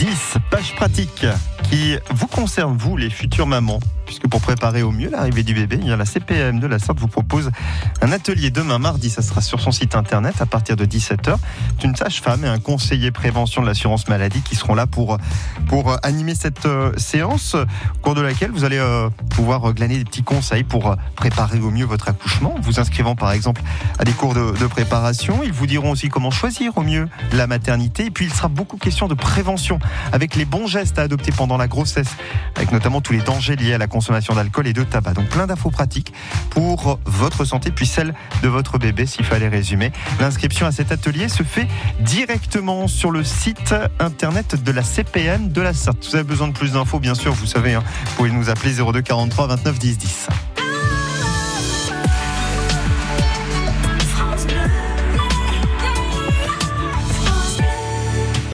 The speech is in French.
10 pages pratiques qui vous concernent, vous, les futures mamans. Puisque pour préparer au mieux l'arrivée du bébé, la CPAM de la Sarthe vous propose un atelier demain mardi. Ça sera sur son site internet à partir de 17h. C'est une sage-femme et un conseiller prévention de l'assurance maladie qui seront là pour animer cette séance, au cours de laquelle vous allez pouvoir glaner des petits conseils pour préparer au mieux votre accouchement, vous inscrivant par exemple à des cours de préparation. Ils vous diront aussi comment choisir au mieux la maternité. Et puis il sera beaucoup question de prévention avec les bons gestes à adopter pendant la grossesse, avec notamment tous les dangers liés à la consommation d'alcool et de tabac. Donc plein d'infos pratiques pour votre santé puis celle de votre bébé s'il fallait résumer. L'inscription à cet atelier se fait directement sur le site internet de la CPAM de la Sarthe. Si vous avez besoin de plus d'infos, bien sûr, vous savez, vous pouvez nous appeler 02 43 29 10 10.